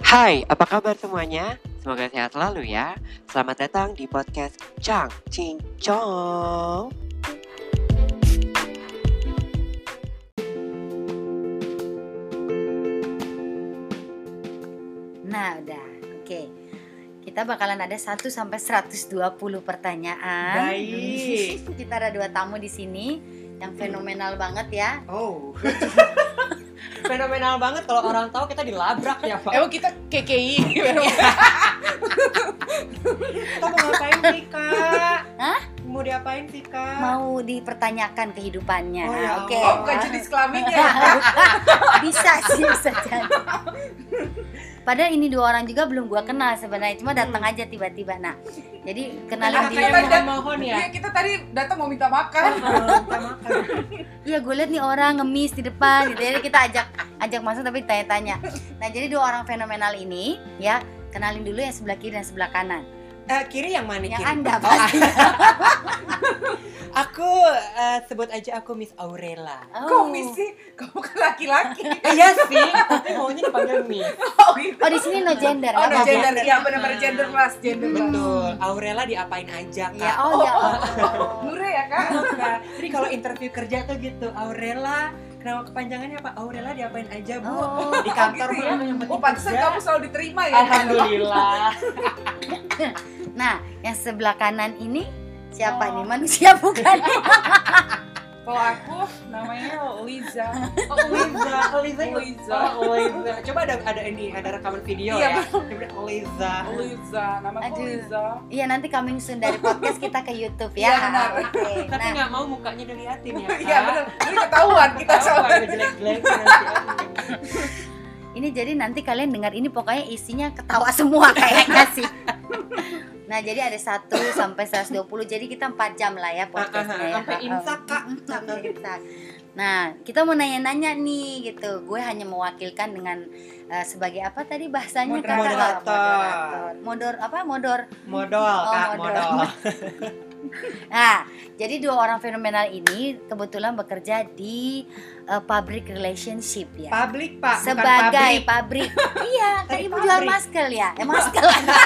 Hai, apa kabar semuanya? Semoga sehat selalu ya. Selamat datang di podcast Chang Ching Chong. Nah, udah. Oke. Kita bakalan ada 1 sampai 120 pertanyaan. Baik. Kita ada 2 tamu di sini yang fenomenal banget ya. Oh. Fenomenal banget kalau orang tahu kita dilabrak ya, Pak. Emang kita KKI. Kita mau ngapain sih, Kak? Hah? Mau diapain sih, Kak? Mau dipertanyakan kehidupannya. Oh, ya Oke. Oh, bukan jenis kelaminnya. Bisa sih, bisa jadi. Padahal ini 2 orang juga belum gua kenal sebenarnya, cuma datang aja tiba-tiba. Nah, jadi kenalin Nah, diri. kayak mohon ya. Iya, kita tadi datang mau minta makan. Minta makan. Iya, gue liat nih orang ngemis di depan gitu. Jadi kita ajak masuk tapi tanya-tanya. Nah, jadi 2 orang fenomenal ini ya, kenalin dulu yang sebelah kiri dan sebelah kanan. Kiri yang mana Yang kiri? Anda Oh, pasti. Aku sebut aja aku Miss Aurela. Kok misi? Kamu kan laki-laki. Iya sih, tapi maunya dipanggil Miss. Oh, gitu. Oh, di sini no gender. Oh, apa no gender. gender? Iya, benar-benar gender plus, gender plus. Betul. Aurela diapain aja, Kak? Ya, oh ya. Murah ya, Kak? Kak. Jadi kalau interview kerja tuh gitu, Aurela, kenapa kepanjangannya apa? Aurela diapain aja, Bu? Oh. Di kantor gitu ya? mah yang penting Oh, pantesan kerja. kamu selalu diterima ya. Alhamdulillah. Nah, yang sebelah kanan ini siapa nih? Manusia bukan? Kalau aku namanya Liza. Oh, Liza. Liza. Oh, Liza. Coba ada ini, ada rekaman video Iya, ya. Coba Liza. Liza, namaku Aduh. Liza. Iya, nanti coming soon dari podcast kita ke YouTube ya. Iya, benar. Oke. Tapi Nah, nggak mau mukanya diliatin ya, Kak. Iya, benar. Jadi ketahuan kita soalnya. jelek-jelek nanti. ini jadi nanti kalian dengar ini pokoknya isinya ketawa semua kayaknya sih. Nah, jadi ada 1 sampai 120. Jadi kita 4 jam lah ya podcastnya ya. Sampai imsak, Kak. Sampai imsak. Nah, kita mau nanya-nanya nih gitu. Gue hanya mewakilkan dengan sebagai apa tadi bahasanya? Kak? Moderator. Modor. Modal, Oh, Kak, modal. modal. Nah, jadi 2 orang fenomenal ini kebetulan bekerja di public relationship ya. Publik, Pak, bukan Sebagai pabrik. pabrik. Iya, kan Tadi ibu pabrik. jual masker ya. Masker.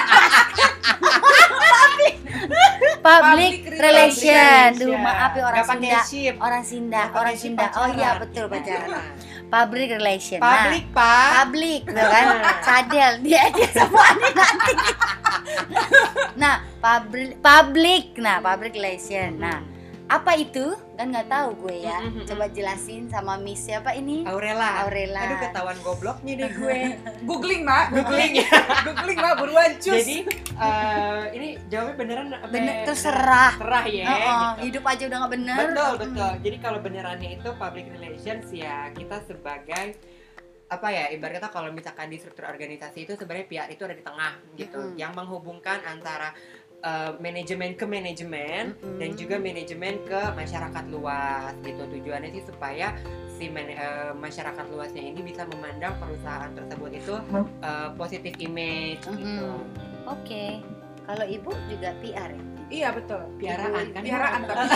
Public relation. Duh, maaf ya orang Nggak pakai Sunda. ship. Orang Sunda, Nggak pakai orang ship, Sunda. Oh iya, pacaran. betul Iya. pacaran. Public relation. Publik, Nah, Pak. public, gitu kan? Cadel, dia semua nih nanti. Nah, public. Nah, public relation. Nah, apa itu? Kan nggak tahu gue ya. Coba jelasin sama Miss siapa ini? Aurela. Aurela. Aduh, ketahuan gobloknya deh gue. Googling, Mak. Googling ya. Googling, Mak, buruan cus. Jadi ini jawabnya beneran apa? Bener, terserah. Terserah ya. Heeh, gitu. hidup aja udah nggak bener. Betul. Jadi kalau benerannya itu public relations ya kita sebagai apa ya, ibarat kata kalau misalkan di struktur organisasi itu sebenarnya PR itu ada di tengah gitu, yang menghubungkan antara manajemen ke manajemen dan juga manajemen ke masyarakat luas gitu. Tujuannya sih supaya si masyarakat luasnya ini bisa memandang perusahaan tersebut itu positif image gitu. Oke. Kalau ibu juga PR ya? Iya, betul. Piaraan kan? Piaraan tapi.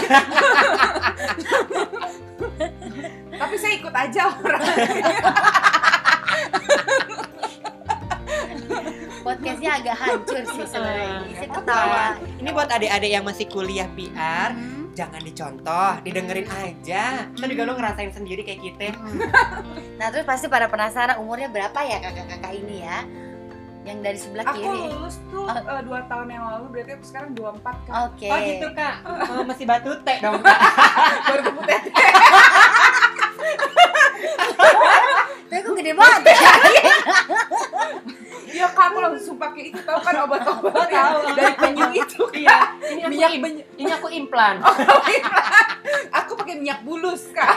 Tapi saya ikut aja orang. Podcastnya agak hancur sih sebenarnya. Saya ketawa. Ini buat adik-adik yang masih kuliah PR, jangan dicontoh, didengerin aja. Kita juga lo ngerasain sendiri kayak kita. Nah, terus pasti pada penasaran umurnya berapa ya kakak-kakak ini ya? Yang dari sebelah Aku kiri. lulus tuh 2 tahun yang lalu, berarti aku sekarang 24 kan. Oke. Oh gitu, Kak. Masih batu teh dong, Kak. Baru ketemu tete. Tapi kok gede banget ya? Iya, Kak, aku langsung pakai itu, tahu kan obat-obat Tahu. dari penyu itu. Iya, ini Minyak aku implan. Aku pakai minyak bulus, Kak.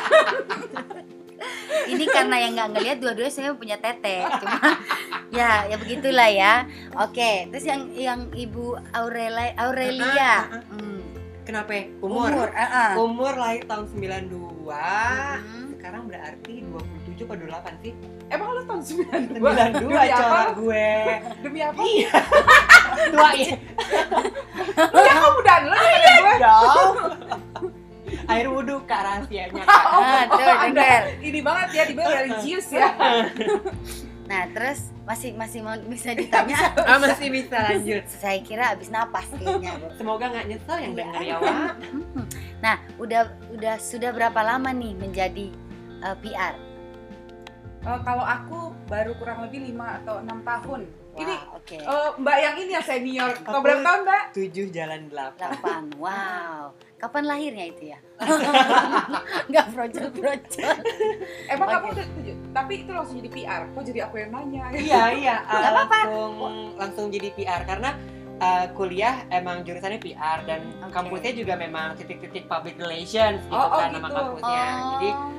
Ini karena yang nggak ngelihat dua-duanya sebenarnya punya tete. Cuma ya begitulah ya. Oke, terus yang Ibu Aurelia. Kenapa? Umur Umur. lahir tahun 92. Sekarang berarti 27 atau 28 sih? Emang lu tahun 92? 92 Demi apa? coba gue. Demi apa? Iya. Tua ya. Ya kamu dan lu daripada gue. Dong. Air wudhu, Kak, rahasianya, Kak. Tuh denger. Ini banget ya, dibilang religius ya. Nah, terus masih mau bisa ditanya? Masih bisa lanjut. Saya kira habis napas kayaknya. Semoga nggak nyesel yang Iya. denger ya, Wak. Nah, sudah berapa lama nih menjadi PR? Kalau aku baru kurang lebih 5 atau 6 tahun. Ini Wah, oke. Mbak yang ini yang senior. Kau Aku- berapa tahun, Mbak? 7 jalan 8. 8. Wow. Kapan lahirnya itu ya? Nggak brojol-brojol. Emang Oke. kamu udah 7? Tapi itu langsung jadi PR. Kok jadi aku yang nanya? Iya, Nggak apa-apa. langsung jadi PR karena kuliah emang jurusannya PR dan Oke. kampusnya juga memang titik-titik public relations gitu Oh, kan nama gitu. kampusnya. Oh.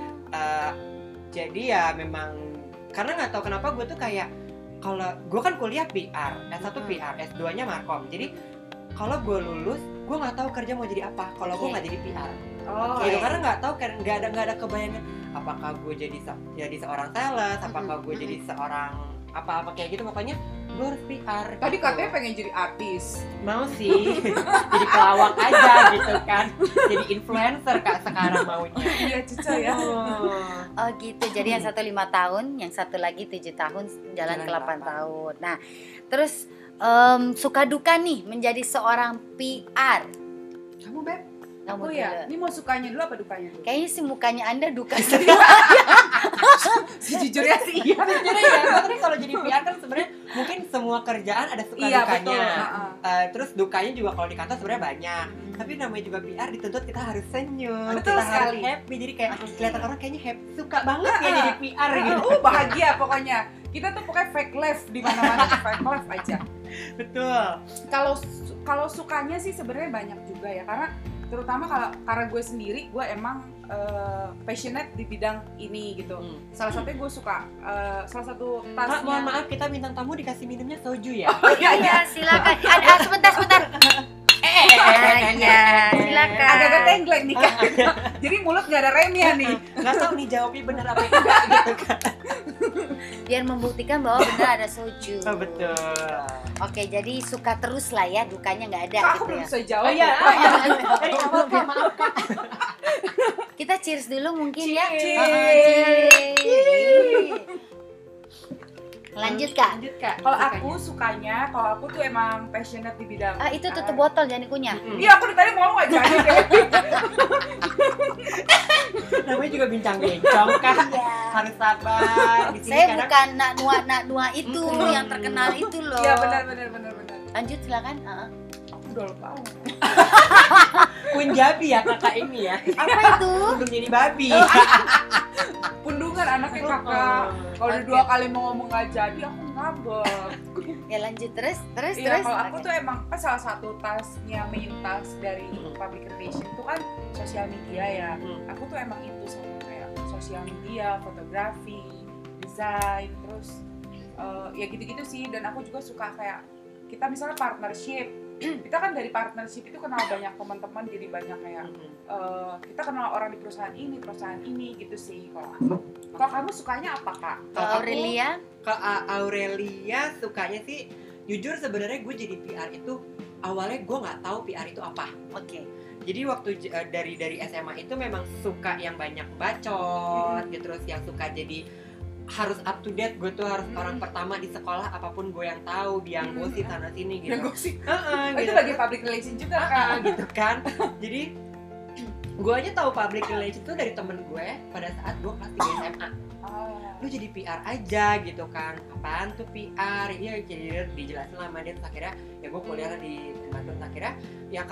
Jadi ya memang karena nggak tahu kenapa gue tuh kayak kalau gue kan kuliah PR, S1 PR, S2-nya Markom. Jadi kalau gue lulus, gue nggak tahu kerja mau jadi apa. Kalau gue Oke. nggak jadi PR, Oh, gitu. Oke. Karena nggak tahu kan nggak ada kebayangan apakah gue jadi seorang sales, apakah gue jadi seorang apa kayak gitu. Pokoknya gue harus PR. Tadi gitu. katanya pengen jadi artis. Mau sih, jadi pelawak aja gitu kan, jadi influencer kak sekarang maunya. Iya, Cica ya. Oh gitu, jadi yang satu 5 tahun, yang satu lagi 7 tahun, jalan ke 8 8. tahun. Nah, terus suka duka nih menjadi seorang PR. Kamu, Beb? Kamu Oh ya, dulu. ini mau sukanya dulu apa dukanya dulu? Kayaknya sih mukanya Anda duka sekali. Sejujurnya sih iya. Sebenarnya ya, makanya kalau jadi PR kan sebenarnya mungkin semua kerjaan ada suka Iya, dukanya. betul. Heeh. Terus dukanya juga kalau di kantor sebenarnya banyak. Tapi namanya juga PR dituntut kita harus senyum, Betul kita sekali. harus happy. Jadi kayak kelihatan orang kayaknya happy, suka banget ya jadi PR gitu. Bahagia pokoknya. Kita tuh pokoknya fake life di mana-mana tuh fake life aja. Betul. Kalau sukanya sih sebenarnya banyak juga ya, karena terutama karena gue sendiri gue emang passionate di bidang ini gitu. Salah satunya gue suka salah satu tasnya. Kak, mohon maaf kita bintang tamu dikasih minumnya soju ya. Iya, silakan. Sebentar. Iya, silakan. Agak-agak tengkleng nih kan. Jadi mulut gak ada remnya nih. Nggak tahu nih jawabnya bener apa enggak gitu kan. Biar membuktikan bahwa benar ada soju. Oh, betul. Oke, jadi suka terus lah ya, dukanya nggak ada Kak, aku gitu belum ya. bisa jawab. Oh iya, Dari awal Kak, maaf Kak. Kita cheers dulu mungkin ya. Cheers. Cheers. Lanjut Kak. Lanjut Kak. Kalau aku sukanya, kalau aku tuh emang passionate di bidang. Itu tutup botol jangan dikunyah. Iya, aku dari tadi mau aja deh. Namanya juga bincang-bincang Kak. Iya. Harus sabar. Di sini Saya kadang bukan nak nua itu yang terkenal itu loh. Iya, benar. Lanjut silakan. Aku udah lupa. Punjabi ya kakak ini ya. Apa itu? Belum jadi babi. Pundungan anaknya kakak. Kalau udah Oke. 2 kali mau ngomong nggak jadi, aku ngambek. Ya lanjut terus. Iya, kalau aku Oke. tuh emang kan salah satu tasnya main task dari public relation itu kan sosial media ya. Aku tuh emang itu sama kayak sosial media, fotografi, desain, terus ya gitu-gitu sih. Dan aku juga suka kayak kita misalnya partnership. Kita kan dari partnership itu kenal banyak teman-teman, jadi banyak kayak kita kenal orang di perusahaan ini gitu sih. Kalau kamu sukanya apa, Kak? Kalau Aurelia, Ke Aurelia sukanya sih jujur sebenarnya gue jadi PR itu awalnya gue nggak tahu PR itu apa. oke. Jadi waktu dari SMA itu memang suka yang banyak bacot gitu, terus yang suka jadi harus up to date. Gue tuh harus orang pertama di sekolah apapun gue yang tahu, biang gosip sana sini gitu. Yang gosip. Heeh, Itu gitu. bagi public relation juga, Kak. gitu kan. Jadi gue aja tahu public relation tuh dari temen gue pada saat gue kelas 3 SMA. Lu jadi PR aja gitu kan, apaan tuh PR, iya jadi dijelasin lah sama dia. Terus akhirnya ya gue kuliah di Bandung. Terus akhirnya ya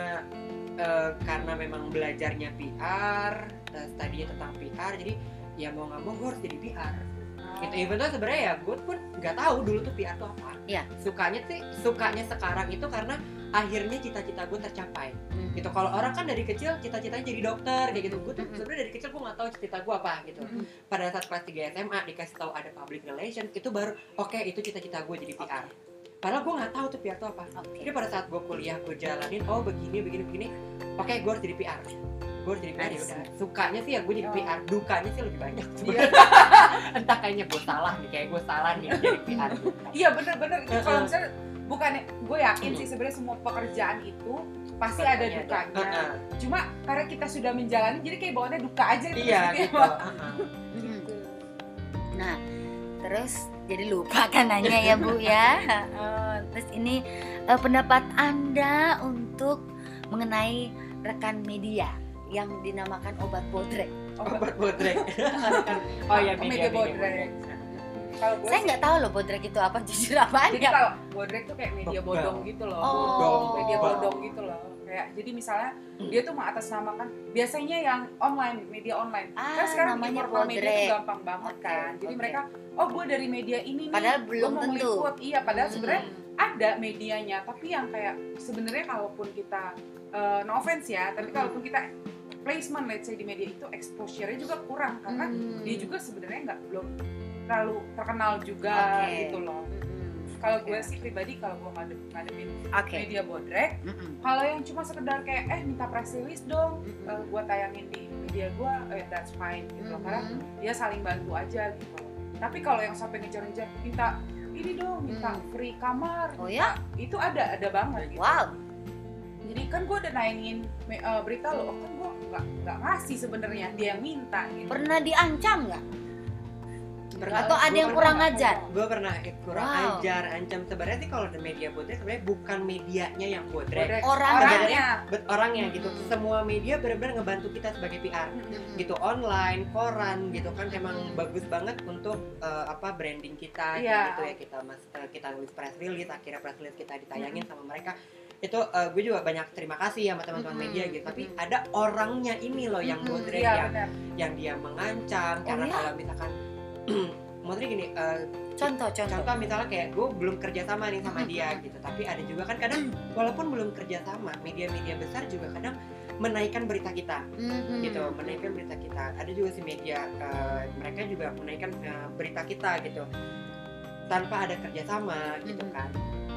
karena memang belajarnya PR, studinya tentang PR, jadi ya mau nggak mau gue harus jadi PR gitu. Even though sebenarnya ya gue pun nggak tahu dulu tuh PR tuh apa. Iya. Sukanya sekarang itu karena akhirnya cita-cita gue tercapai gitu. Kalau orang kan dari kecil cita-citanya jadi dokter kayak gitu, gue tuh sebenarnya dari kecil gue nggak tahu cita gue apa gitu. Pada saat kelas 3 SMA dikasih tahu ada public relations, itu baru oke, itu cita-cita gue jadi PR. Padahal gue nggak tahu tuh PR itu apa. Oke. Jadi pada saat gue kuliah gue jalanin, oh begini, oke gue harus jadi PR. Gue harus jadi PR, ya udah. Sukanya sih ya gue jadi PR, dukanya sih lebih banyak. Iya. Entah kayaknya gue salah nih jadi PR. Iya, bener-bener. Kalau misalnya bukannya, gue yakin sih sebenarnya semua pekerjaan itu pasti ada dukanya. Cuma karena kita sudah menjalani, jadi kayak bawaannya duka aja. Iya terus gitu. ya. Nah, terus jadi lupa kan nanya ya Bu ya. Terus ini pendapat Anda untuk mengenai rekan media yang dinamakan obat bodrek. Obat bodrek. Oh ya, media bodrek. Kalau gue Saya sih, nggak tahu loh bodrek itu apa, jujur apa jadi aja. kalau bodrek tuh kayak media bodong gitu loh. Media bodong gitu loh. Kayak jadi misalnya dia tuh mengatasnamakan biasanya yang online, media online. Kan sekarang namanya informal media bodrek. tuh gampang banget kan. Jadi mereka gue dari media ini nih. Padahal gua belum mau tentu. meliput. Iya, padahal sebenarnya ada medianya, tapi yang kayak sebenarnya kalaupun kita no offense ya, tapi kalaupun kita placement let's say di media itu exposure-nya juga kurang karena dia juga sebenarnya belum terlalu terkenal juga gitu loh. Kalau gue sih pribadi kalau gue ngadepin media bodrek, kalau yang cuma sekedar kayak minta press release dong, gue tayangin di media gue, that's fine gitu loh, karena dia saling bantu aja gitu. Tapi kalau yang sampai ngejar-ngejar minta ini dong, minta free kamar, Oh ya? itu ada banget gitu. Wow. Jadi kan gue udah nayangin berita lo, kan gue nggak ngasih sebenarnya, dia yang minta gitu. Pernah diancam nggak? Pernah. Atau ada yang kurang ajar? Gue pernah kurang Wow. ajar, ancam. Sebenarnya sih kalau di media bodrek sebenarnya bukan medianya yang bodrek, Orangnya. orangnya gitu. Semua media benar-benar ngebantu kita sebagai PR gitu, online, koran gitu kan, emang bagus banget untuk branding kita gitu ya, kita nulis press release, akhirnya press release kita ditayangin sama mereka. Itu gue juga banyak terima kasih sama teman-teman media gitu. Tapi ada orangnya ini loh yang bodrek, yang dia mengancam karena kalau misalkan maksudnya gini, Contoh. misalnya kayak gue belum kerja sama nih sama dia gitu, tapi ada juga kan kadang walaupun belum kerja sama, media-media besar juga kadang menaikkan berita kita gitu, menaikkan berita kita. Ada juga sih media mereka juga menaikkan berita kita gitu tanpa ada kerjasama gitu kan.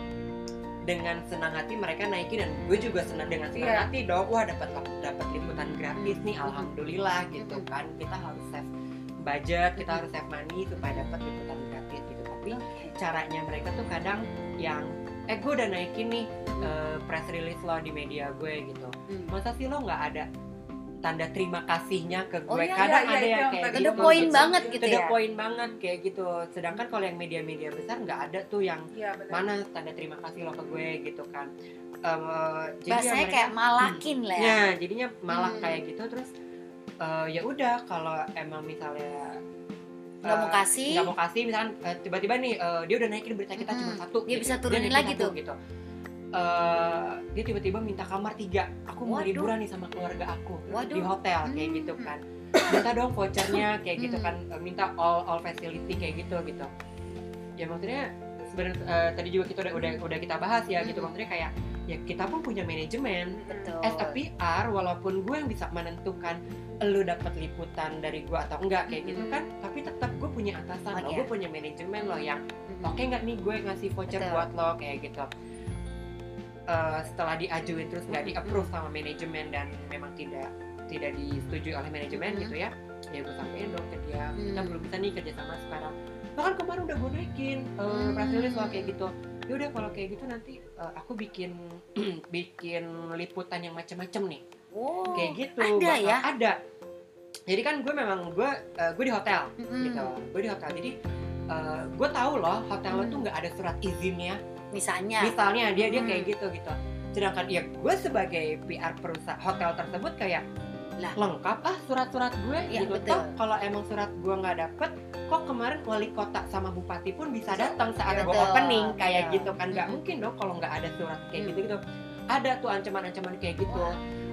Dengan senang hati mereka naikin, dan gue juga senang dengan senang hati dong. Wah, dapat liputan gratis nih, alhamdulillah gitu kan. Kita harus save budget, kita harus save money supaya dapat liputan gratis gitu. Tapi caranya mereka tuh kadang yang gue udah naikin nih press release lo di media gue gitu, masa sih lo nggak ada tanda terima kasihnya ke gue? Kadang ada yang kayak to gitu, the point banget gitu to the ya. point banget kayak gitu. Sedangkan kalau yang media-media besar nggak ada tuh yang mana tanda terima kasih lo ke gue gitu kan. Jadi Bahasanya mereka, kayak malakin lah ya. ya jadinya malah kayak gitu. Terus ya udah, kalau emang misalnya Nggak mau kasih misalkan tiba-tiba nih dia udah naikin berita kita cuma satu, dia gitu. bisa turunin naikin lagi satu, tuh gitu. Dia tiba-tiba minta kamar 3, aku mau liburan nih sama keluarga aku di hotel kayak gitu kan, minta dong vouchernya kayak gitu kan, minta all facility kayak gitu. Ya maksudnya sebenarnya tadi juga kita udah kita bahas ya gitu, maksudnya kayak ya kita pun punya manajemen. Betul. As a PR, walaupun gue yang bisa menentukan lu dapat liputan dari gue atau enggak kayak gitu kan, tapi tetap gue punya atasan lo, gue punya manajemen lo yang oke nggak nih gue ngasih voucher buat lo kayak gitu. Setelah diajuin terus nggak di-approve sama manajemen dan memang tidak disetujui oleh manajemen gitu ya gue sampein dong ke dia, kita belum bisa nih kerja sama sekarang. Bahkan kemarin udah gue naikin press release lo kayak gitu. Ya udah, kalau kayak gitu nanti aku bikin liputan yang macam-macam nih. Kayak gitu. Ada. Jadi kan gue di hotel gitu. Gue di hotel. Jadi gue tahu loh hotel lo tuh nggak ada surat izinnya. Misalnya dia kayak gitu. Sedangkan ya gue sebagai PR perusahaan hotel tersebut kayak lengkap surat-surat gue gitu. Toh kalau emang surat gue nggak dapet, kok kemarin wali kota sama bupati pun bisa datang saat gue opening kayak gitu kan. Nggak mungkin dong kalau nggak ada surat kayak gitu. Ada tuh ancaman-ancaman kayak gitu.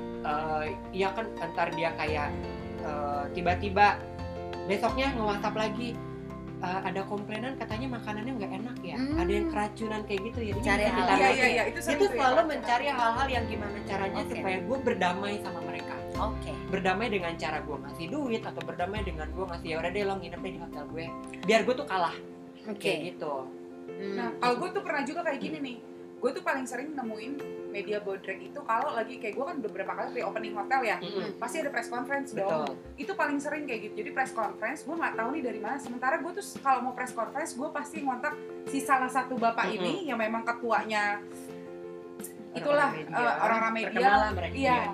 Ya kan, ntar dia kayak tiba-tiba besoknya nge-WhatsApp lagi, ada komplainan katanya makanannya nggak enak ya, ada yang keracunan kayak gitu ya. Cari hal itu selalu mencari hal-hal yang gimana caranya supaya gue berdamai sama mereka. Berdamai dengan cara gue ngasih duit atau berdamai dengan gue ngasih, ya udah deh lo nginep deh di hotel gue, biar gue tuh kalah kayak gitu. Nah, kalau gue tuh pernah juga kayak gini nih, gue tuh paling sering nemuin media bodrek itu kalau lagi kayak gue kan beberapa kali pre-opening hotel ya, pasti ada press conference dong. Itu paling sering kayak gitu. Jadi press conference gue nggak tahu nih dari mana. Sementara gue tuh kalau mau press conference gue pasti ngontak si salah satu bapak ini yang memang ketuanya itulah orang-orang media. Iya.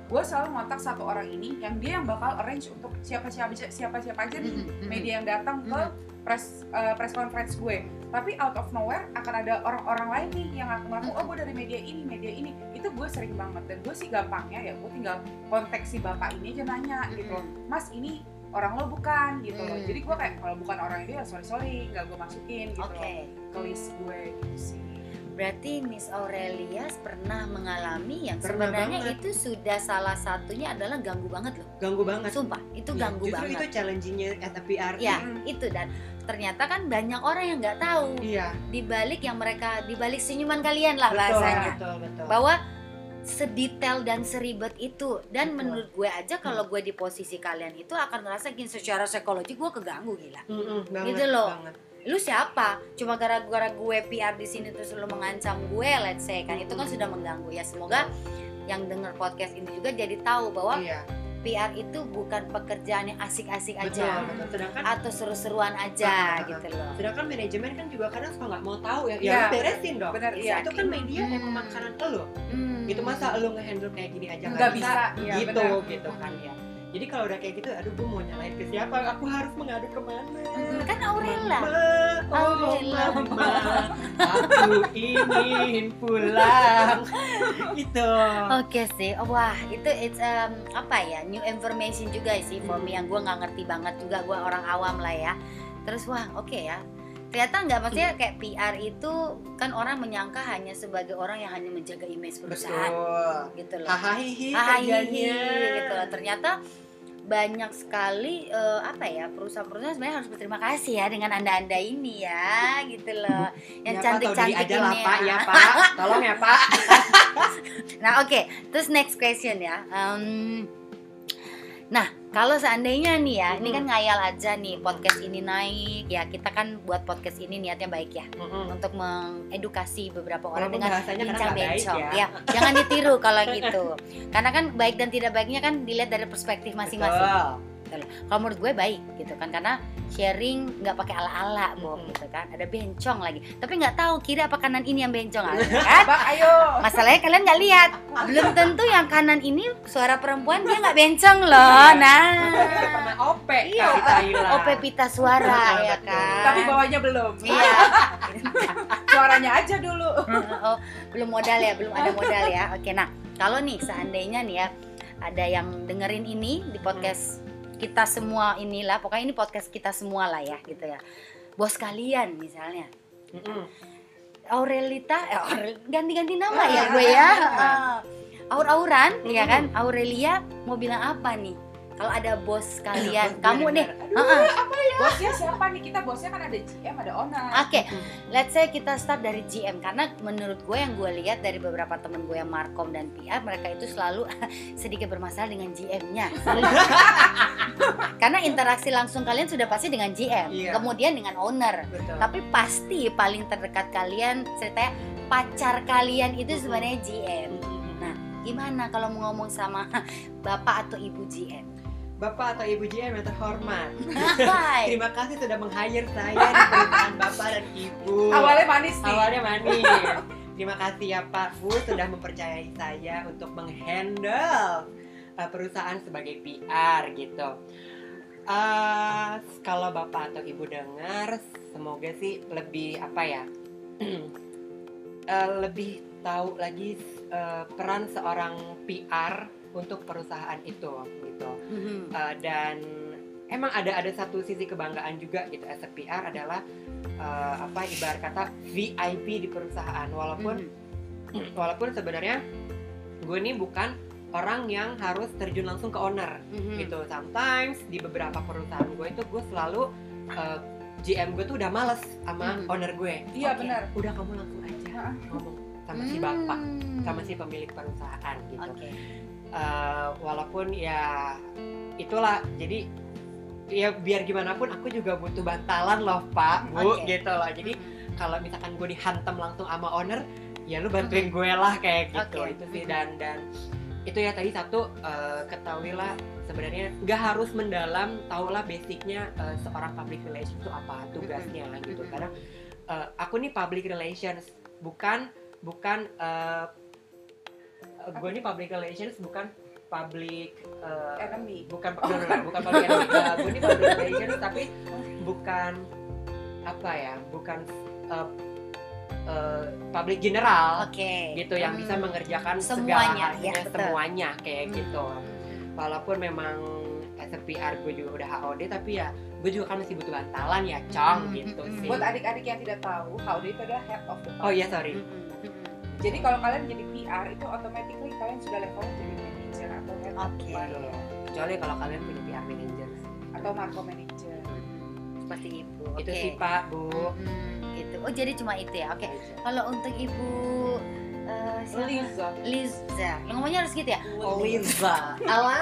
gue selalu ngontak satu orang ini yang dia yang bakal arrange untuk siapa aja nih media yang datang ke press conference gue. Tapi out of nowhere akan ada orang-orang lain nih yang ngaku oh gue dari media ini. Itu gue sering banget, dan gue sih gampangnya ya gue tinggal kontak si bapak ini aja nanya gitu loh, Mas ini orang lo bukan gitu loh. Jadi gue kayak kalau bukan orang itu ya sorry nggak gue masukin gitu loh ke list gue gitu sih. Berarti Miss Aurelia pernah mengalami yang Pernah sebenarnya banget. itu sudah salah satunya adalah ganggu banget loh. Ganggu banget. Sumpah, itu Iya, ganggu justru banget. itu challenging-nya as a PR. Ya, itu, dan ternyata kan banyak orang yang nggak tahu Iya. dibalik senyuman kalian lah bahasanya. Betul. Bahwa sedetail dan seribet itu, dan Betul. menurut gue aja kalau gue di posisi kalian itu akan ngerasa gini, secara psikologi gue keganggu gila. Banget, Gitu loh. banget. Lu siapa? Cuma gara-gara gue PR di sini terus lu mengancam gue, let's say kan itu kan sudah mengganggu ya. Semoga yang denger podcast ini juga jadi tahu bahwa Iya. PR itu bukan pekerjaan yang asik-asik aja Betul. Sedangkan atau seru-seruan aja gitu loh. Sedangkan manajemen kan juga kadang suka nggak mau tahu ya. Iya. Ya lu beresin dong. Bener, Iya, iya. itu kan media emang makanan lo. Gitu masa lo ngehandle kayak gini aja Nggak bisa, iya, gitu bener. gitu kan ya. Jadi kalau udah kayak gitu, aduh gue mau nyalain ke siapa? Aku harus mengadu kemana? Kan Aurella. Aurella. Aku ingin pulang. Gitu. Oke sih, wah itu it's apa ya, new information juga sih for me yang gue nggak ngerti banget juga, gue orang awam lah ya. Terus wah oke ya, ternyata nggak, maksudnya kayak PR itu kan orang menyangka hanya sebagai orang yang hanya menjaga image perusahaan gitu loh. Hahaha Hahaha kerjanya. gitu loh. Ternyata banyak sekali perusahaan-perusahaan sebenarnya harus berterima kasih ya dengan anda ini ya gitu loh, yang Ya, Pak, cantik-cantik tahu diri aja lah, ini Pak, ya Pak. Tolong ya Pak. Nah oke, terus next question ya. Nah kalau seandainya nih ya, ini kan ngayal aja nih podcast ini naik ya, kita kan buat podcast ini niatnya baik ya, untuk mengedukasi beberapa orang Walaupun dengan bahasanya kadang bincang nggak baik bencong ya. ya. Jangan ditiru kalau gitu, karena kan baik dan tidak baiknya kan dilihat dari perspektif masing-masing. Betul. Gitu loh. Kalau menurut gue baik gitu kan, karena sharing nggak pakai ala-ala gitu kan, ada bencong lagi, tapi nggak tahu kiri apa kanan ini yang bencong kan? Bang, ayo. Masalahnya kalian nggak lihat, belum tentu yang kanan ini suara perempuan dia nggak bencong loh. Nah, Pernah OP iya, Kak Kaila. OP pita suara ya Betul. kan. Tapi bawahnya belum. Iya. Suaranya aja dulu. Oh, belum modal ya, belum ada modal ya. Oke, nah kalau nih seandainya nih ya ada yang dengerin ini di podcast kita semua inilah, pokoknya ini podcast kita semua lah ya gitu ya. Bos kalian misalnya, Aurelita, ganti-ganti nama ya gue ya. Aur-auran, ya kan? Aurelia mau bilang apa nih? Kalau ada bos kalian, kamu nih. Bosnya siapa nih? Kita bosnya kan ada GM, ada owner. Oke, let's say kita start dari GM, karena menurut gue yang gue lihat dari beberapa temen gue yang markom dan PR, mereka itu selalu sedikit bermasalah dengan GM-nya. Karena interaksi langsung kalian sudah pasti dengan GM, Iya. kemudian dengan owner. Betul. Tapi pasti paling terdekat kalian, ceritanya pacar kalian itu sebenarnya GM. Nah, gimana kalau mau ngomong sama bapak atau ibu GM? Bapak atau Ibu GM yang terhormat, Hai. terima kasih sudah meng-hire saya di perusahaan Bapak dan Ibu. Awalnya manis nih. Awalnya manis. Terima kasih ya Pak Bu sudah mempercayai saya untuk menghandle perusahaan sebagai PR gitu. Kalau Bapak atau Ibu dengar, semoga sih lebih lebih tahu lagi peran seorang PR untuk perusahaan itu gitu. Dan emang ada satu sisi kebanggaan juga gitu as a PR adalah ibarat kata VIP di perusahaan, walaupun sebenarnya gue ini bukan orang yang harus terjun langsung ke owner gitu. Sometimes di beberapa perusahaan gue itu gue selalu GM gue tuh udah males sama owner gue. Iya, Oke, benar. udah kamu langsung aja ngomong sama si bapak, sama si pemilik perusahaan gitu. Oke. Walaupun ya itulah, jadi ya biar gimana pun aku juga butuh bantalan loh Pak Bu gitu loh. Jadi kalau misalkan gue dihantam langsung sama owner, ya lu bantuin gue lah kayak gitu. Itu sih, dan itu ya tadi satu, ketahuilah sebenarnya nggak harus mendalam, tahulah basicnya seorang public relations itu apa tugasnya gitu. Karena aku nih public relations bukan gue nih public relations bukan public enemy. bukan bukan public enemy. Gue ini public relation tapi bukan apa ya, bukan public general Oke. gitu yang bisa mengerjakan Semuanya, segala ya, halnya, betul. semuanya kayak gitu. Walaupun memang as a PR gue juga udah HOD, tapi ya gue juga kan masih butuh bantalan ya, Cong, gitu sih. Buat adik-adik yang tidak tahu, HOD itu adalah head of the Oh iya, sorry. Jadi kalau kalian jadi PR itu automatically kalian sudah levelnya jadi manager atau head of Oke. department Kecuali kalau kalian punya PR manager. atau marco manager. Seperti itu. Itu Oke. sih Pak, Bu. Gitu. Oh jadi cuma itu ya. Oke. Kalau untuk Ibu siapa? Liza. Lo ngomongnya harus gitu ya? Liza.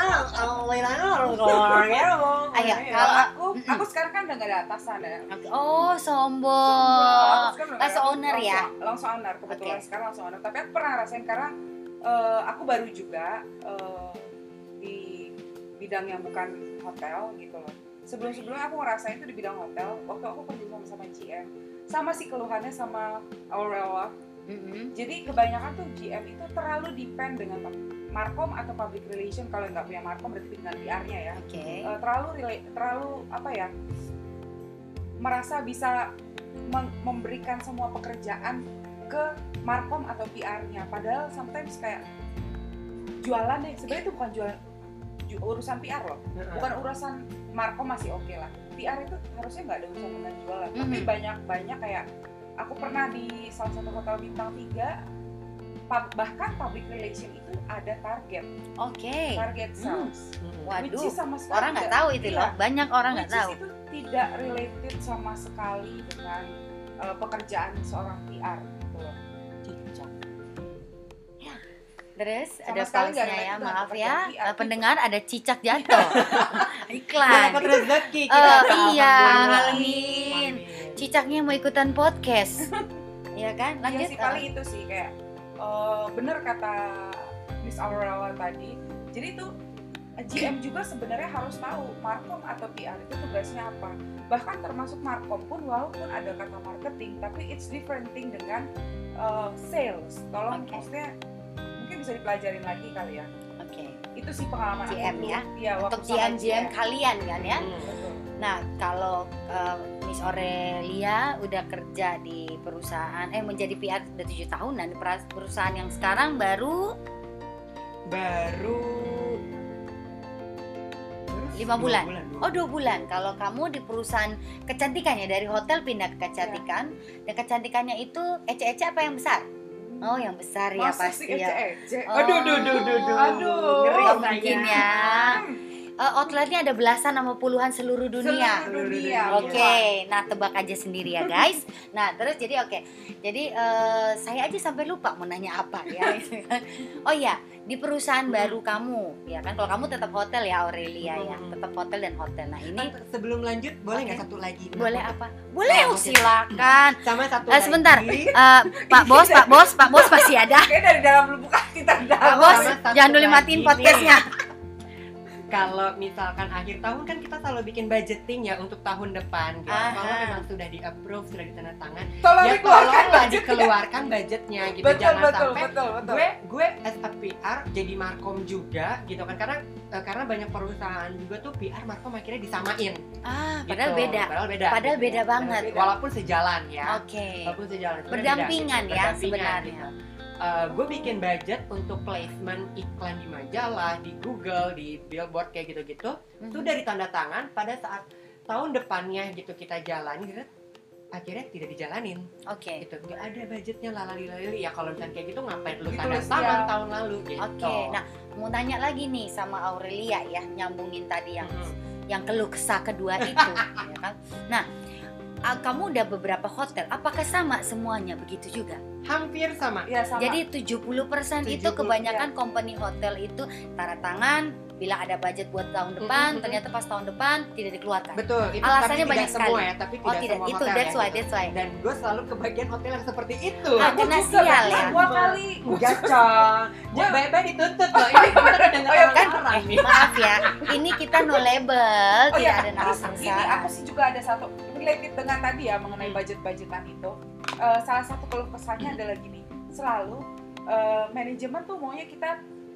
Ayo, Kalau aku sekarang kan udah gak ada atasan ya. Oke. Oh, Aku sombong. sekarang udah Langsung nggak ada- owner ya? Langsung owner, kebetulan Oke. sekarang langsung owner. Tapi aku pernah rasain karena aku baru juga di bidang yang bukan hotel gitu loh. Sebelum-sebelumnya aku ngerasain itu di bidang hotel. Waktu aku kerja sama GM, sama sih keluhannya sama Aurela. Jadi kebanyakan tuh GM itu terlalu depend dengan markom atau public relation. Kalau nggak punya markom berarti dengan PR-nya ya. Oke. Terlalu apa ya, merasa bisa memberikan semua pekerjaan ke markom atau PR-nya. Padahal sometimes kayak jualan deh, sebenarnya itu bukan urusan PR loh, bukan urusan markom masih oke lah. PR itu harusnya nggak ada urusan dengan jualan. Tapi banyak kayak aku pernah di salah satu hotel bintang 3, bahkan public relation itu ada target sales. Which Waduh. is sama sekali Orang nggak tahu itu loh. Banyak orang nggak which is tahu. itu tidak related sama sekali dengan pekerjaan seorang PR gitu loh. Terus Sama ada sekali nggak pausnya ya, relate maaf dengan ya, pekerjaan PR. pendengar ada cicak jatuh. Iklan. Dapat rezeki Oh, kita. iya, Alhamdulillah. Amin. Cicaknya mau ikutan podcast. Iya kan? Iya Lanjut. sih, paling itu sih kayak bener kata Miss Aurora tadi. Jadi itu GM juga sebenarnya harus tahu markom atau PR itu tugasnya apa. Bahkan termasuk markom pun walaupun ada kata marketing, tapi it's different thing dengan sales. Tolong Oke. maksudnya mungkin bisa dipelajarin lagi kali ya. Oke. Itu sih pengalaman GM aku. ya? Iya, waktu Untuk sama GM kalian kan ya. Betul. Nah, kalau Miss Aurelia udah kerja di perusahaan menjadi PR udah 7 tahunan di perusahaan yang sekarang baru 5 bulan. Oh 2 bulan. Kalau kamu di perusahaan kecantikannya dari hotel pindah ke kecantikan, dan kecantikannya itu ece-ece apa yang besar? Oh yang besar ya Masa pasti sih ya. ece-ece? Oh, Aduh. ngeri Ngeri mungkin saya. ya. Outletnya ada belasan sama puluhan seluruh dunia. Seluruh dunia. Oke, nah tebak aja sendiri ya guys. Nah terus jadi jadi saya aja sampai lupa mau nanya apa ya. Oh iya, di perusahaan baru kamu, ya kan? Kalau kamu tetap hotel ya Aurelia ya, tetap hotel dan hotel. Nah ini Sebelum lanjut, boleh nggak Oke. satu lagi? boleh apa? Boleh, silakan. Sama satu Sebentar, lagi. Pak Bos masih ada. Kayaknya dari dalam lubuk hati Pak terdalam. Bos, sama satu jangan dulu lagi matiin nih. podcastnya. Kalau misalkan akhir tahun kan kita selalu bikin budgeting ya untuk tahun depan gitu. Aha. Kalau memang sudah di-approve, sudah ditandatangan, Tolong ya dikeluarkan tolonglah budgetnya. dikeluarkan budgetnya gitu. Betul, Jangan betul, sampai betul. gue as a PR jadi markom juga gitu kan, karena banyak perusahaan juga tuh PR markom akhirnya disamain. Padahal gitu. beda. Padahal beda. Padahal gitu. beda banget. Walaupun sejalan ya. Oke. Walaupun sejalan. Sebenarnya Berdampingan beda, ya berdampingan sebenarnya. gitu. Gue bikin budget untuk placement iklan di majalah, di Google, di billboard kayak gitu-gitu. Itu udah ditanda tangan pada saat tahun depannya gitu kita jalani, gitu, akhirnya tidak dijalanin. Oke. Gitu, nggak ada budgetnya lalali-lalili. Ya kalau misalnya kayak gitu ngapain lu tanda Ditulis tangan ya. tahun lalu gitu. Oke. Nah, mau tanya lagi nih sama Aurelia ya, nyambungin tadi yang keluh kesah kedua itu, ya kan? Nah, kamu udah beberapa hotel, apakah sama semuanya begitu juga? Hampir sama. Ya, sama. Jadi 70% itu 70, kebanyakan company hotel itu tanda tangan, bilang ada budget buat tahun depan, ternyata pas tahun depan tidak dikeluarkan. Betul, itu Alasannya tapi banyak tidak semua sekali. ya, tapi Oh tidak tidak, semua itu hotel that's ya, why, gitu. that's why. Dan gue selalu kebagian hotel yang seperti itu. Ah, Aku kena juga sial bahkan ya. 2 kali. Enggak, Cong. Baik-baik ditutup loh. Ini kita kedengeran Oh, ya Kan, orang nih. maaf ya, ini kita no label, Oh tidak ya, ada nama terus ini perusahaan. aku sih juga ada satu related dengan tadi ya mengenai budget-budgetan itu. Salah satu keluh kesahnya adalah gini, selalu manajemen tuh maunya kita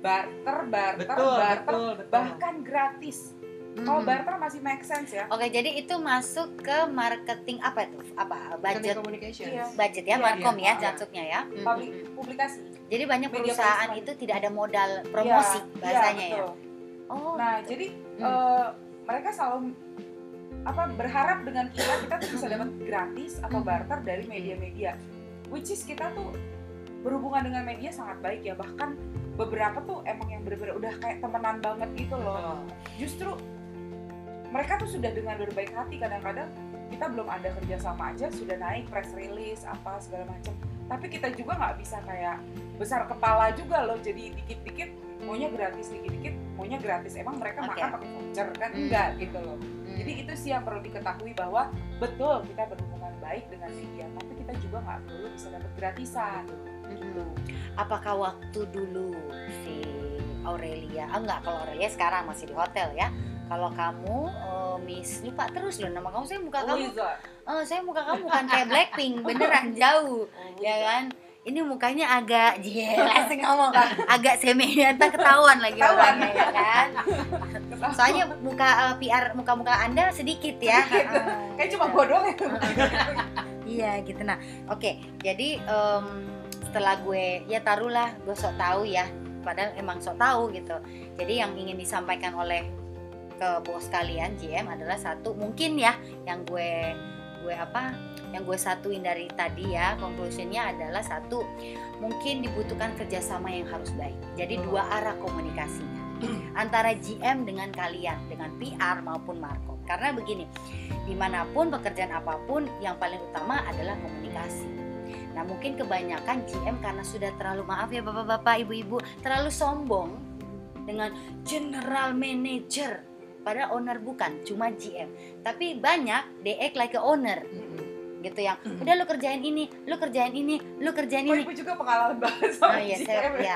barter, Betul, bahkan gratis. Kalau barter masih make sense ya. Oke, jadi itu masuk ke marketing apa itu? Apa? Budget. Communication. Iya. Budget ya, Iya, markom iya. ya masuknya ya. Publikasi. Jadi banyak Media perusahaan placement. itu tidak ada modal promosi Iya, bahasanya ya. betul. Oh. Nah, jadi mereka selalu berharap dengan kita tuh bisa dapat gratis atau barter dari media-media. Which is kita tuh berhubungan dengan media sangat baik ya. Bahkan beberapa tuh emang yang benar-benar udah kayak temenan banget gitu loh. Justru mereka tuh sudah dengan berbaik hati, kadang-kadang kita belum ada kerjasama aja sudah naik press release apa segala macam. Tapi kita juga nggak bisa kayak besar kepala juga loh, jadi dikit-dikit maunya gratis, dikit-dikit maunya gratis. Emang mereka makan pakai voucher kan? Enggak gitu loh. Jadi itu sih yang perlu diketahui, bahwa betul kita berhubungan baik dengan media, tapi kita juga nggak perlu bisa dapat gratisan. Gitu. Apakah waktu dulu si Aurelia, enggak, kalau Aurelia sekarang masih di hotel ya. Kalau kamu, Miss, lupa terus loh nama kamu, saya muka kamu. Saya muka kamu bukan kayak Blackpink, beneran jauh, ya kan? Ini mukanya agak langsung ngomong, agak semihata ketahuan lagi orangnya ya kan? Soalnya muka PR, muka-muka Anda sedikit ya. Kayak cuma gua doang ya. Iya gitu. Nah, oke. Jadi setelah gue ya taruhlah gue sok tahu ya, padahal emang sok tahu gitu. Jadi yang ingin disampaikan oleh ke bos kalian GM adalah satu, mungkin ya yang gue satuin dari tadi ya, conclusionnya adalah satu, mungkin dibutuhkan kerjasama yang harus baik. Jadi dua arah komunikasinya antara GM dengan kalian, dengan PR maupun markom. Karena begini, dimanapun pekerjaan apapun yang paling utama adalah komunikasi. Nah mungkin kebanyakan GM karena sudah terlalu, maaf ya bapak-bapak, ibu-ibu, terlalu sombong dengan general manager. Padahal owner bukan, cuma GM. Tapi banyak they act like a owner, gitu yang udah lu kerjain ini, lu kerjain ini, lu kerjain ini. Ibu juga pengalaman banget sama Iya, GM ya.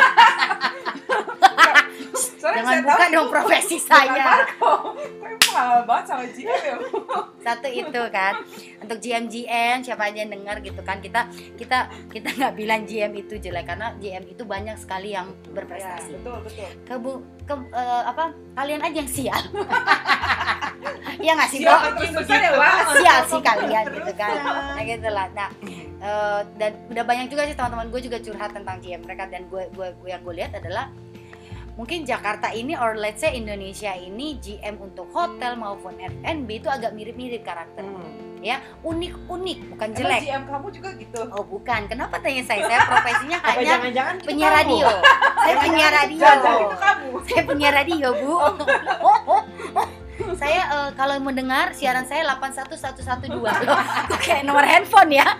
Soalnya Jangan saya buka tahu dong profesi saya. Tapi pengalaman banget sama GM ya. Satu itu kan, untuk GM siapa aja yang dengar gitu kan, kita nggak bilang GM itu jelek, karena GM itu banyak sekali yang berprestasi. Ya, betul. Kalian aja yang sial. Iya nggak sih, Sial Bro? terus-terusan ya, Wak. Sial sih kalian gitu kan. Nah gitu lah. Nah, dan udah banyak juga sih teman-teman gue juga curhat tentang GM mereka, dan gue yang gue lihat adalah mungkin Jakarta ini, or let's say Indonesia ini, GM untuk hotel maupun F&B itu agak mirip-mirip karakter. Ya, unik-unik, bukan jelek. Emang GM kamu juga gitu? Oh bukan, kenapa tanya saya? Saya profesinya Apa hanya jangan-jangan itu penyiar kamu? radio. Saya penyiar radio. Jangan itu kamu. Saya penyiar radio, Bu. Saya kalau mendengar siaran saya 81112. Loh, kok kayak nomor handphone ya.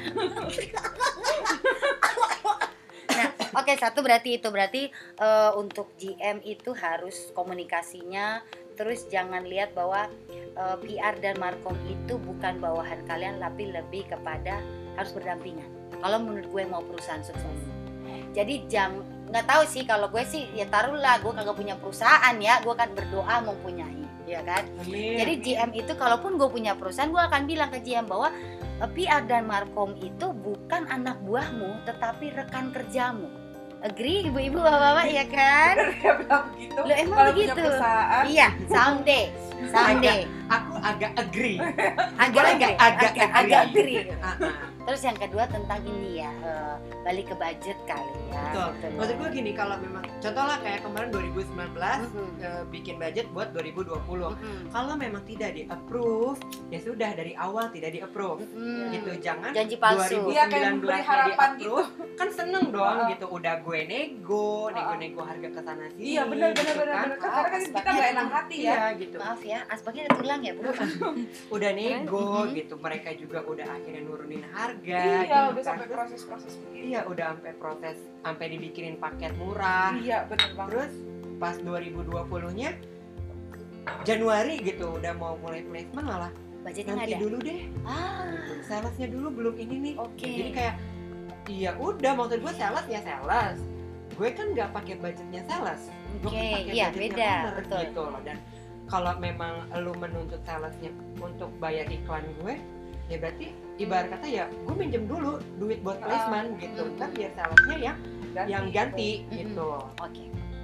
Nah, oke, satu berarti untuk GM itu harus komunikasinya, terus jangan lihat bahwa PR dan markom itu bukan bawahan kalian, tapi lebih kepada harus berdampingan. Kalau menurut gue mau perusahaan sukses. Jadi nggak tahu sih, kalau gue sih ya taruhlah gue kagak punya perusahaan ya, gue kan berdoa mempunyai, ya kan. Amin. Jadi GM itu kalaupun gue punya perusahaan, gue akan bilang ke GM bahwa PR dan markom itu bukan anak buahmu, tetapi rekan kerjamu. Agree ibu-ibu bapak-bapak ya kan? Dia bilang begitu. Lo emang Kalau begitu? punya perusahaan, Iya, someday. Aku agak agree. Agak agree. Ah. Terus yang kedua tentang ini ya, balik ke budget kali ya. Betul. Gitu loh. Maksud gue gini, kalau memang contoh lah kayak kemarin 2019 bikin budget buat 2020. Kalau memang tidak di-approve, ya sudah dari awal tidak di-approve. Gitu, jangan Janji palsu. 2019 Iya, kayak memberi harapan di-approve. Kan seneng dong gitu, udah gue nego harga ke sana sini. iya benar. gitu kan. Karena kan kita nggak enak hati ya. Iya gitu. Maaf ya, asbaknya ada tulang ya, Bu. Udah nego gitu, mereka juga udah akhirnya nurunin harga. Iya, gitu udah kan. sampai proses-proses begini. Iya, udah sampai dibikinin paket murah. Iya, benar banget. Terus pas 2020-nya Januari gitu udah mau mulai placement, malah Budgetnya nggak nanti ada. dulu deh. Salesnya dulu belum ini nih. Oke. Jadi kayak iya udah, maksud gue sales ya sales. Gue kan nggak pakai budgetnya sales. Gue Oke, pakai iya, budgetnya beda, owner, betul. gitu loh. Dan kalau memang lu menuntut salesnya untuk bayar iklan gue, ya berarti ibarat kata ya gue minjem dulu duit buat placement gitu. Kan biar salesnya yang ganti gitu. Oke.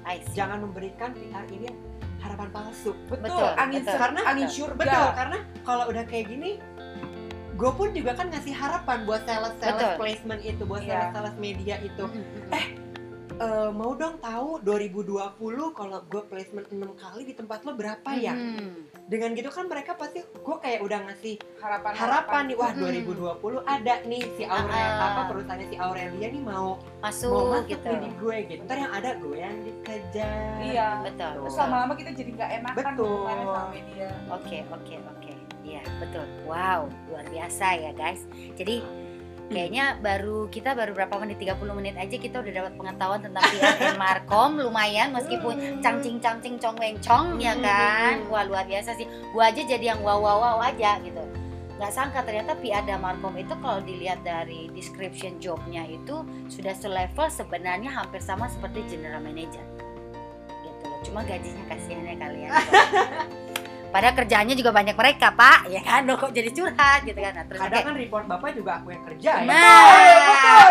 I see. Jangan memberikan PR ini harapan palsu. Betul, angin betul. Karena angin surga. betul, karena kalau udah kayak gini, gue pun juga kan ngasih harapan buat sales Betul. placement itu, buat Iya. sales media itu. Mm-mm. Mau dong tahu 2020 kalau gue placement 6 kali di tempat lo berapa ya? Dengan gitu kan mereka pasti, gue kayak udah ngasih harapan nih, wah 2020 ada nih si perusahaannya si Aurelia nih mau Masuk masuk gitu. nih di gue gitu. Ntar yang ada gue yang dikejar. Iya. Betul. Terus lama-lama kita jadi nggak enakan Betul. hubungannya sama media. Oke. Iya, betul. Wow, luar biasa ya, guys. Jadi kayaknya kita baru berapa menit, 30 menit aja kita udah dapat pengetahuan tentang PR dan Markom. Lumayan meskipun cangcing cong wencong ya kan. Wah, luar biasa sih. Gua aja jadi yang wow aja gitu. Nggak sangka ternyata PR dan Markom itu kalau dilihat dari description jobnya itu sudah selevel sebenarnya hampir sama seperti general manager gitu loh. Cuma gajinya kasihan ya kalian. Padahal kerjaannya juga banyak mereka, Pak, ya kan? Loh, kok jadi curhat gitu kan? Nah, terus Kadang kan report bapak juga aku yang kerja ya. nah,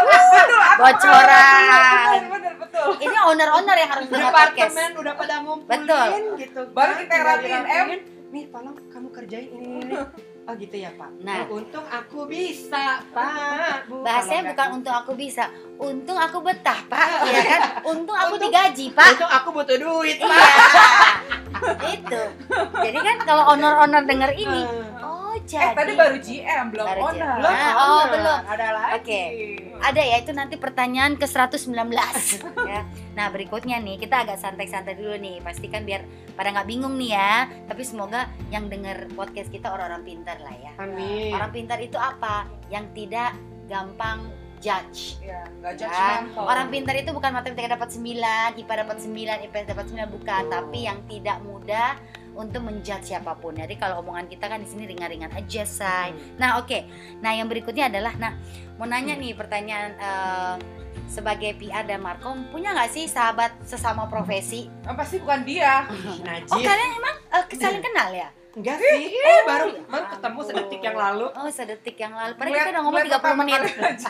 bocoran. Betul. Ini owner yang harus dengar podcast. Departemen udah pada ngumpulin Betul. gitu. Baru kan, kita tinggal rapiin, dirapiin. Nih, tolong kamu kerjain ini. Oh gitu ya Pak. Nah. Oh, untung aku bisa Pak. Bu, Bahasanya kalau bukan nggak- untung aku bisa, untung aku betah, Pak, ya kan? Untung aku digaji, Pak. Untung aku butuh duit Pak. Iya. Itu. Jadi kan kalau owner denger ini, oh jadi. Tadi baru GM, belum Baru owner. GM. Belum, Nah, oh, owner. belum. Ada lagi. Oke. Ada ya, itu nanti pertanyaan ke 119 ya. Nah berikutnya nih, kita agak santai-santai dulu nih. Pastikan biar pada nggak bingung nih ya. Tapi semoga yang denger podcast kita orang-orang pintar lah ya. Amin. Orang pintar itu apa? Yang tidak gampang judge. Ya, nggak Ya, judgmental. orang pintar itu bukan matematika dapat 9, IPA dapat 9, IPS dapat 9, bukan, tapi yang tidak mudah untuk menjudge siapapun. Jadi kalau omongan kita kan di sini ringan-ringan aja, say. Nah, oke. Nah, yang berikutnya adalah mau nanya nih pertanyaan sebagai PR dan Markom, punya nggak sih sahabat sesama profesi? Pasti bukan dia. Najib. Oh, kalian emang saling kenal ya? Enggak sih. Baru ketemu sedetik yang lalu. Oh, sedetik yang lalu. Padahal kita udah ngomong 30 pertama menit. kali aja.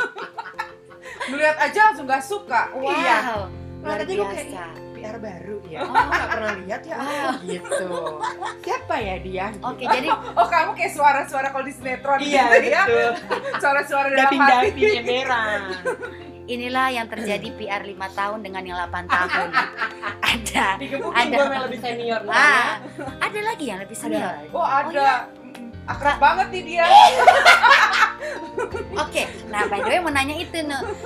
Melihat aja langsung gak suka. Wow. Iya. Luar Tadi gue kayak, biasa. PR baru ya. Oh. Oh, nggak pernah lihat ya. Wow. Oh, gitu. Siapa ya dia? Oke, jadi Oh, kamu kayak suara-suara kalau di sinetron Iya gitu ya. gitu. Suara-suara dalam hati. Dapin-dapin emberan. inilah yang terjadi PR 5 tahun dengan yang 8 tahun. Ada. Digebukin Ada. gue yang lebih senior. Ada lagi yang lebih senior. Oh, ada. iya. Akrab banget nih dia. Oke, nah by the way mau nanya itu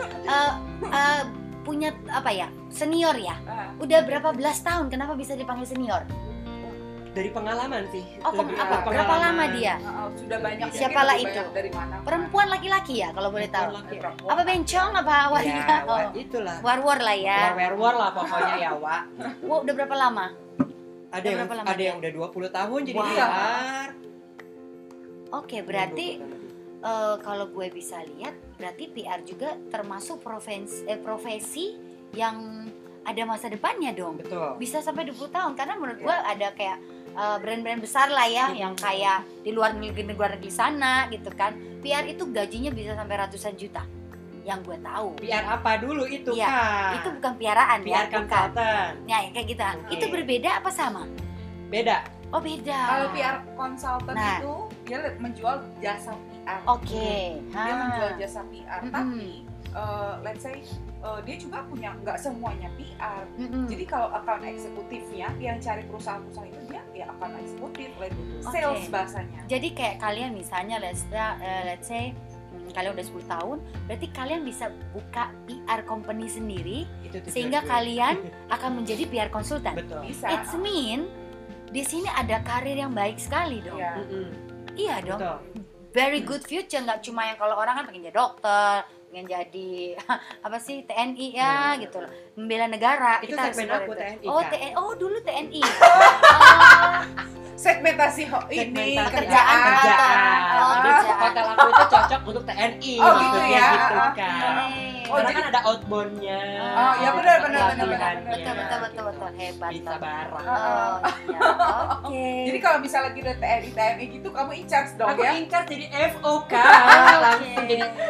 punya apa ya, senior ya? Udah berapa belas tahun, kenapa bisa dipanggil senior? Dari pengalaman sih. Oh, Lebih apa? ke Berapa pengalaman. lama dia? Sudah banyak. Siapalah Mungkin lebih itu? banyak Dari mana? Perempuan laki-laki ya kalau boleh tahu? Laki. Apa bencong apa wanita? Ya, Oh, itulah. war-war lah ya. War lah pokoknya ya, Wak. Wow, udah berapa lama? Ada yang Berapa lama ada dia? yang udah 20 tahun jadi Wow. PR. Oke, berarti kalau gue bisa lihat, berarti PR juga termasuk profesi yang ada masa depannya dong. Betul. Bisa sampai 20 tahun karena menurut gue ada kayak brand-brand besar lah ya yang kayak di luar negeri sana gitu kan. PR itu gajinya bisa sampai ratusan juta. Yang gue tahu. PR apa dulu itu, Iya, Kak? itu bukan piaraan PR ya, bukan. consultant. Ya, kayak gitu. Oke. Itu berbeda apa sama? Beda. Oh, beda. Kalau PR consultant Nah. itu dia menjual jasa PR. Oke. Dia menjual jasa PR, Mm-mm. tapi let's say dia juga punya, nggak semuanya PR. Mm-mm. Jadi kalau account eksekutifnya yang cari perusahaan-perusahaan itu dia ya account eksekutif, Oke. sales bahasanya. Jadi kayak kalian misalnya let's say kalian udah 10 tahun, berarti kalian bisa buka PR company sendiri Itu tujuan sehingga gue. kalian akan menjadi PR konsultan. Betul. Bisa. It's mean di sini ada karir yang baik sekali dong. Ya. Iya dong. Betul. Very good future, nggak cuma yang kalau orang kan pengen jadi dokter, pengen jadi apa sih TNI ya Nah. gitu loh, membela negara. Itu Kita harus segmen seperti aku, itu. TNI, Oh Kak. TNI, oh dulu TNI. Segmentasi ini Segmentasi kerjaan. kerjaan. Oh, Jadi kerjaan. hotel aku itu cocok untuk TNI. Oh, gitu maksudnya ya. gitu, Oke. kan. Oh, Karena jadi- kan ada outbound-nya. Oh, ya benar, benar, Iya, benar, benar, betul betul hebat Bisa banget. bareng. Oh, iya. Oke. Jadi kalau misalnya lagi ada TNI gitu, kamu in charge dong Aku ya? incar jadi FOK. Oke. Langsung jadi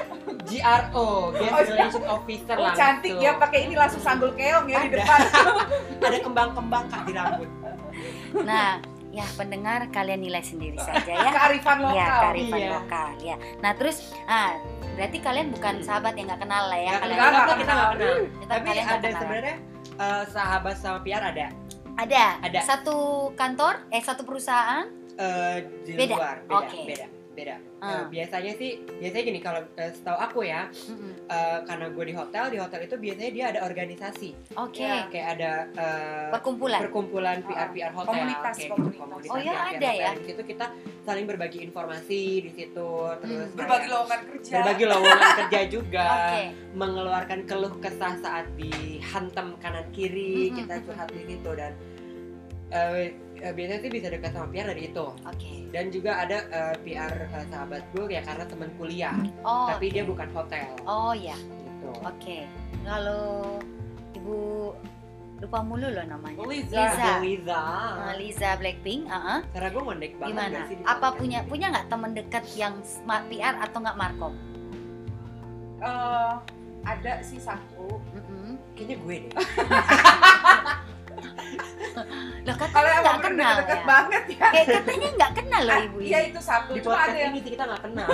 GRO, Guest Relation Officer Oh, langsung. cantik ya pakai ini langsung sanggul keong ya di Ada. depan. Ada kembang-kembang Kak di rambut. Nah, ya pendengar kalian nilai sendiri saja ya. Kearifan lokal. Ya, kearifan Iya. lokal ya. Nah, terus berarti kalian bukan sahabat yang nggak kenal lah ya. Nggak Kalian kenal, nggak kita nggak kenal. Kita- Tapi kalian nggak ada kenal. sebenarnya sahabat sama PR ada. Ada. Ada. Satu kantor, satu perusahaan. Di Beda? luar, Oke. beda. Ah. Biasanya gini kalau setahu aku ya, Mm-mm. karena gue di hotel itu biasanya dia ada organisasi, Oke. Ya. kayak ada Perkumpulan. PR hotel, Komunitas. kayak Komunitas. Oh, ya, PR ada hotel. ya? Di situ kita saling berbagi informasi di situ, terus Berbagi kayak lowongan kerja. berbagi lowongan kerja juga, Oke. mengeluarkan keluh kesah saat dihantam kanan kiri, Mm-mm. kita curhat di situ dan biasanya sih bisa dekat sama PR dari itu. Oke. Dan juga ada PR sahabat gue ya karena teman kuliah, Oh. tapi dia bukan hotel Oh ya. gitu. Oke. Kalau Ibu lupa mulu loh namanya. Liza. Liza. Liza Blackpink. Karena gue ngondek banget Gimana? gak sih di Apa podcast? punya nggak teman dekat yang PR atau nggak Markom? Ada sih satu. Mm-mm. Kayaknya gue deh. Loh Kalau katanya yang nggak bener kenal deket ya? banget ya. Kayak katanya nggak kenal loh ibu Iya ini. itu satu. Di Cuma podcast ada yang ini sih kita gak kenal.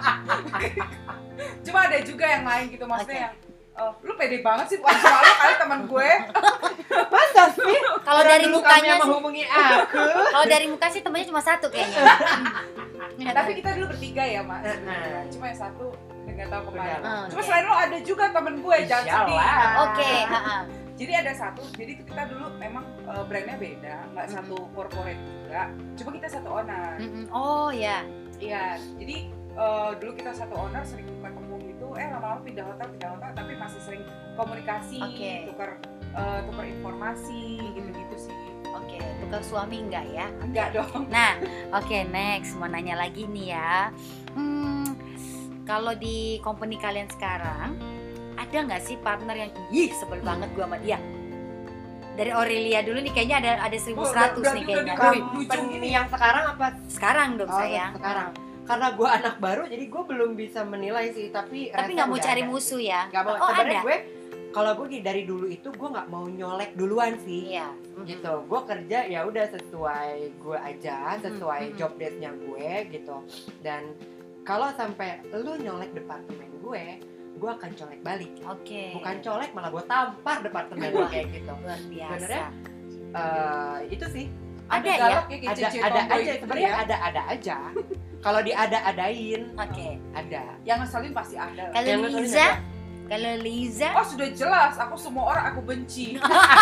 cuma ada juga yang lain gitu maksudnya Oke. yang lu pede banget sih bukan soalnya kali teman gue. Masa sih? Kalau Orang dari dulu mukanya kamu yang sih, menghubungi aku. kalau dari muka sih temennya cuma satu kayaknya. Tapi kita dulu bertiga ya mas. Nah. Cuma yang satu nggak tahu kemana. Oh, Cuma oke. selain lo ada juga temen gue jangan sedih. Iyalah. Oke. Jadi ada satu, jadi kita dulu memang brandnya beda, nggak satu corporate juga. Cuma kita satu owner. Mm-mm. Oh ya. Iya, jadi dulu kita satu owner sering ketemu gitu, lama-lama pindah hotel, tapi masih sering komunikasi, Oke. tukar informasi, gitu-gitu sih. Oke. Tukang suami enggak ya? Enggak dong. Nah, oke next mau nanya lagi nih ya. Kalau di company kalian sekarang ada nggak sih partner yang sebel banget gua sama dia? Dari Aurelia dulu nih kayaknya ada 1100 udah nih juga kayaknya. di- Company yang sekarang apa Sekarang dong sayang. sekarang? Karena gue anak baru jadi gue belum bisa menilai sih, tapi Tapi nggak mau cari musuh ya? Gak mau. Oh Sebenarnya ada. gue kalau gue dari dulu itu gue nggak mau nyolek duluan sih. Iya. Gitu, gue kerja ya udah sesuai gue aja, sesuai Mm-mm. job desk-nya gue gitu. Dan kalau sampai lu nyolek departemen gue akan colek balik. Oke. Bukan colek, malah gue tampar departemen lu kayak gitu. Luar biasa. Sebenarnya, itu sih Ada ya? galak kayak ada Cici ada Tomboy aja gitu sebenarnya ya. ada aja. Kalau diada-adain Oke. ada. Yang ngeselin pasti ada. Kalau Yang ngeselin Liza, ada. kalau Liza, Oh sudah jelas, aku semua orang aku benci.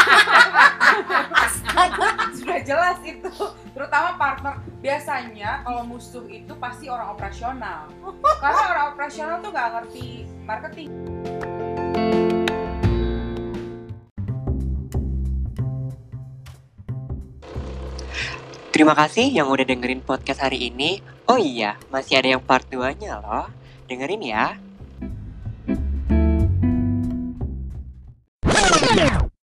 Sudah jelas itu. Terutama partner. Biasanya kalau musuh itu pasti orang operasional. Karena orang operasional tuh nggak ngerti marketing. Terima kasih yang udah dengerin podcast hari ini. Oh iya, masih ada yang part 2-nya loh. Dengerin ya.